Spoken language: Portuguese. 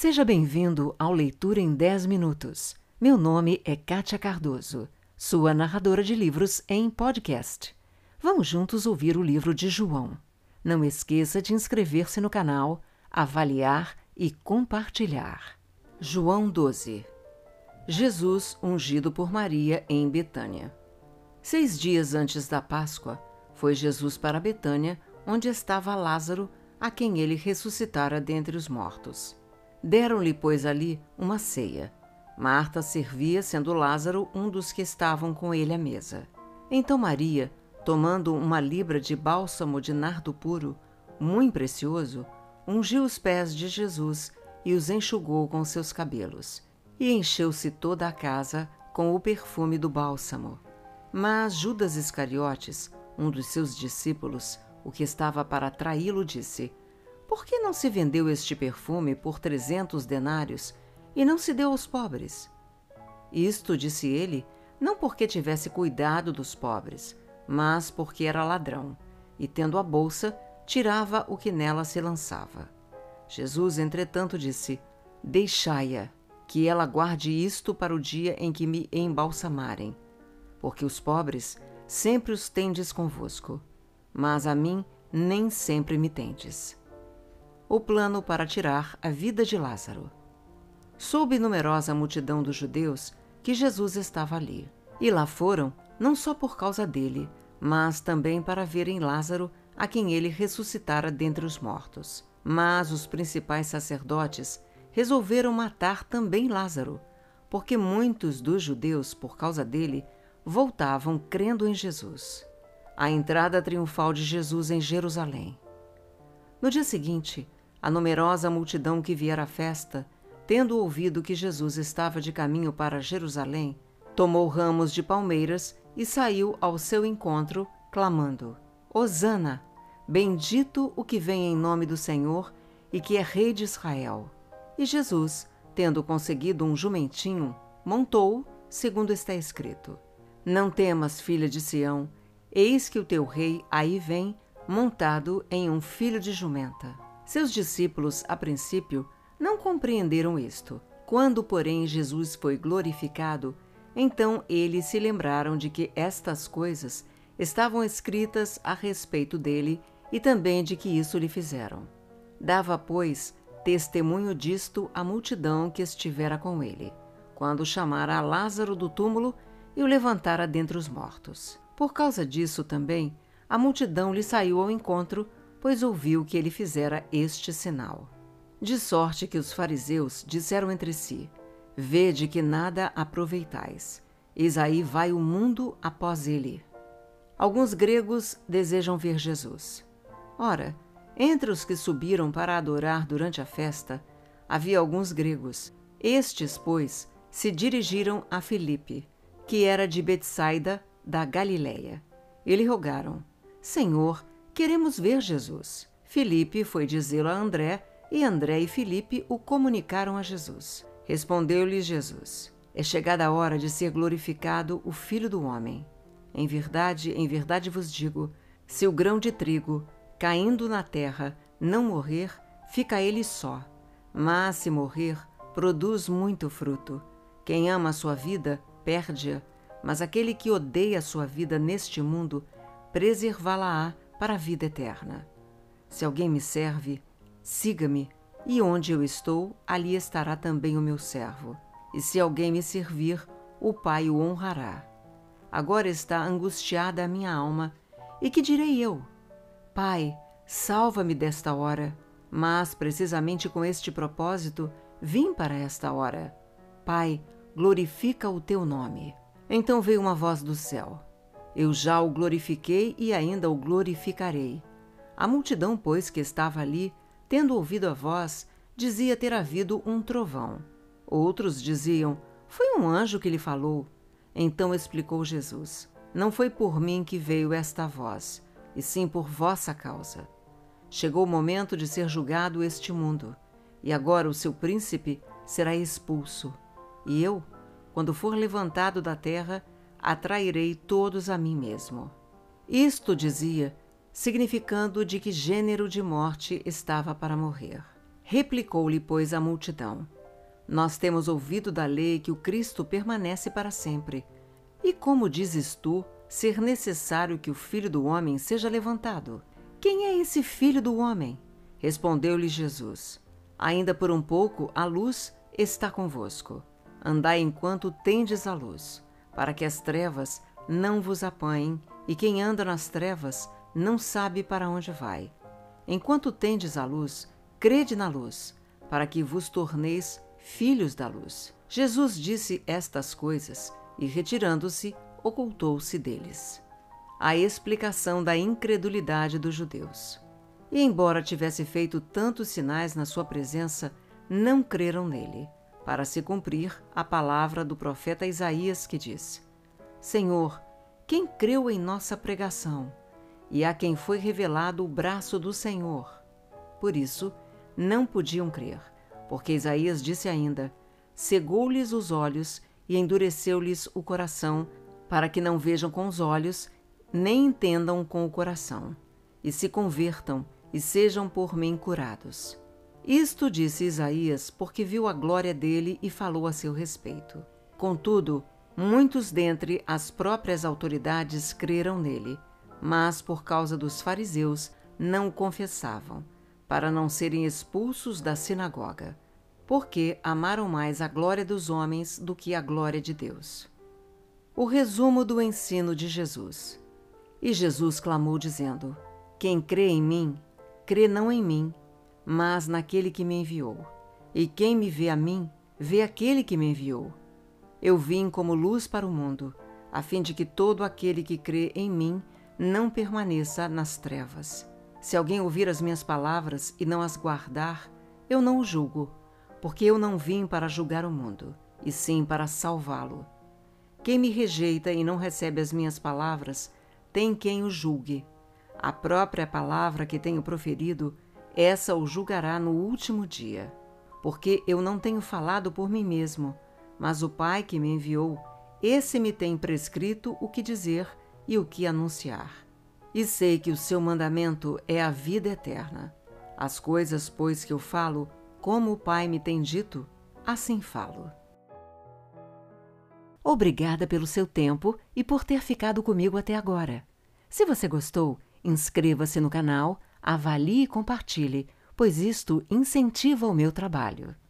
Seja bem-vindo ao Leitura em 10 Minutos. Meu nome é Kátia Cardoso, sua narradora de livros em podcast. Vamos juntos ouvir o livro de João. Não esqueça de inscrever-se no canal, avaliar e compartilhar. João 12. Jesus ungido por Maria em Betânia. 6 dias antes da Páscoa, foi Jesus para Betânia, onde estava Lázaro, a quem ele ressuscitara dentre os mortos. Deram-lhe, pois, ali uma ceia. Marta servia, sendo Lázaro um dos que estavam com ele à mesa. Então Maria, tomando uma libra de bálsamo de nardo puro, muito precioso, ungiu os pés de Jesus e os enxugou com seus cabelos. E encheu-se toda a casa com o perfume do bálsamo. Mas Judas Iscariotes, um dos seus discípulos, o que estava para traí-lo, disse: Por que não se vendeu este perfume por 300 denários e não se deu aos pobres? Isto, disse ele, não porque tivesse cuidado dos pobres, mas porque era ladrão, e tendo a bolsa, tirava o que nela se lançava. Jesus, entretanto, disse: Deixai-a, que ela guarde isto para o dia em que me embalsamarem, porque os pobres sempre os tendes convosco, mas a mim nem sempre me tendes. O plano para tirar a vida de Lázaro. Soube numerosa multidão dos judeus que Jesus estava ali, e lá foram, não só por causa dele, mas também para verem Lázaro, a quem ele ressuscitara dentre os mortos. Mas os principais sacerdotes resolveram matar também Lázaro, porque muitos dos judeus, por causa dele, voltavam crendo em Jesus. A entrada triunfal de Jesus em Jerusalém. No dia seguinte, a numerosa multidão que viera à festa, tendo ouvido que Jesus estava de caminho para Jerusalém, tomou ramos de palmeiras e saiu ao seu encontro, clamando: Hosana! Bendito o que vem em nome do Senhor e que é Rei de Israel. E Jesus, tendo conseguido um jumentinho, montou-o, segundo está escrito: Não temas, filha de Sião, eis que o teu rei aí vem, montado em um filho de jumenta. Seus discípulos, a princípio, não compreenderam isto. Quando, porém, Jesus foi glorificado, então eles se lembraram de que estas coisas estavam escritas a respeito dele e também de que isso lhe fizeram. Dava, pois, testemunho disto à multidão que estivera com ele, quando chamara a Lázaro do túmulo e o levantara dentre os mortos. Por causa disso também, a multidão lhe saiu ao encontro, pois ouviu que ele fizera este sinal. De sorte que os fariseus disseram entre si: Vede que nada aproveitais. Eis aí vai o mundo após ele. Alguns gregos desejam ver Jesus. Ora, entre os que subiram para adorar durante a festa, havia alguns gregos. Estes, pois, se dirigiram a Filipe, que era de Betsaida, da Galiléia. E lhe rogaram: Senhor, queremos ver Jesus. Filipe foi dizê-lo a André, e André e Filipe o comunicaram a Jesus. Respondeu-lhes Jesus: É chegada a hora de ser glorificado o Filho do Homem. Em verdade vos digo, se o grão de trigo, caindo na terra, não morrer, fica ele só. Mas se morrer, produz muito fruto. Quem ama a sua vida, perde-a, mas aquele que odeia a sua vida neste mundo, preservá-la-á para a vida eterna. Se alguém me serve, siga-me, e onde eu estou, ali estará também o meu servo. E se alguém me servir, o Pai o honrará. Agora está angustiada a minha alma, e que direi eu? Pai, salva-me desta hora. Mas, precisamente com este propósito, vim para esta hora. Pai, glorifica o teu nome. Então veio uma voz do céu: Eu já o glorifiquei e ainda o glorificarei. A multidão, pois, que estava ali, tendo ouvido a voz, dizia ter havido um trovão. Outros diziam: Foi um anjo que lhe falou. Então explicou Jesus: Não foi por mim que veio esta voz, e sim por vossa causa. Chegou o momento de ser julgado este mundo, e agora o seu príncipe será expulso. E eu, quando for levantado da terra, atrairei todos a mim mesmo. Isto dizia, significando de que gênero de morte estava para morrer. Replicou-lhe, pois, a multidão: Nós temos ouvido da lei que o Cristo permanece para sempre. E como dizes tu ser necessário que o Filho do Homem seja levantado? Quem é esse Filho do Homem? Respondeu-lhe Jesus: Ainda por um pouco a luz está convosco. Andai enquanto tendes a luz, para que as trevas não vos apanhem, e quem anda nas trevas não sabe para onde vai. Enquanto tendes a luz, crede na luz, para que vos torneis filhos da luz. Jesus disse estas coisas, e retirando-se, ocultou-se deles. A explicação da incredulidade dos judeus. E embora tivesse feito tantos sinais na sua presença, não creram nele, para se cumprir a palavra do profeta Isaías, que diz: Senhor, quem creu em nossa pregação? E a quem foi revelado o braço do Senhor? Por isso, não podiam crer, porque Isaías disse ainda: Cegou-lhes os olhos e endureceu-lhes o coração, para que não vejam com os olhos, nem entendam com o coração, e se convertam e sejam por mim curados. Isto disse Isaías, porque viu a glória dele e falou a seu respeito. Contudo, muitos dentre as próprias autoridades creram nele, mas por causa dos fariseus não o confessavam, para não serem expulsos da sinagoga, porque amaram mais a glória dos homens do que a glória de Deus. O resumo do ensino de Jesus. E Jesus clamou dizendo: Quem crê em mim, crê não em mim, mas naquele que me enviou. E quem me vê a mim, vê aquele que me enviou. Eu vim como luz para o mundo, a fim de que todo aquele que crê em mim não permaneça nas trevas. Se alguém ouvir as minhas palavras e não as guardar, eu não o julgo, porque eu não vim para julgar o mundo, e sim para salvá-lo. Quem me rejeita e não recebe as minhas palavras, tem quem o julgue. A própria palavra que tenho proferido, essa o julgará no último dia. Porque eu não tenho falado por mim mesmo, mas o Pai que me enviou, esse me tem prescrito o que dizer e o que anunciar. E sei que o seu mandamento é a vida eterna. As coisas, pois, que eu falo, como o Pai me tem dito, assim falo. Obrigada pelo seu tempo e por ter ficado comigo até agora. Se você gostou, inscreva-se no canal, avalie e compartilhe, pois isto incentiva o meu trabalho.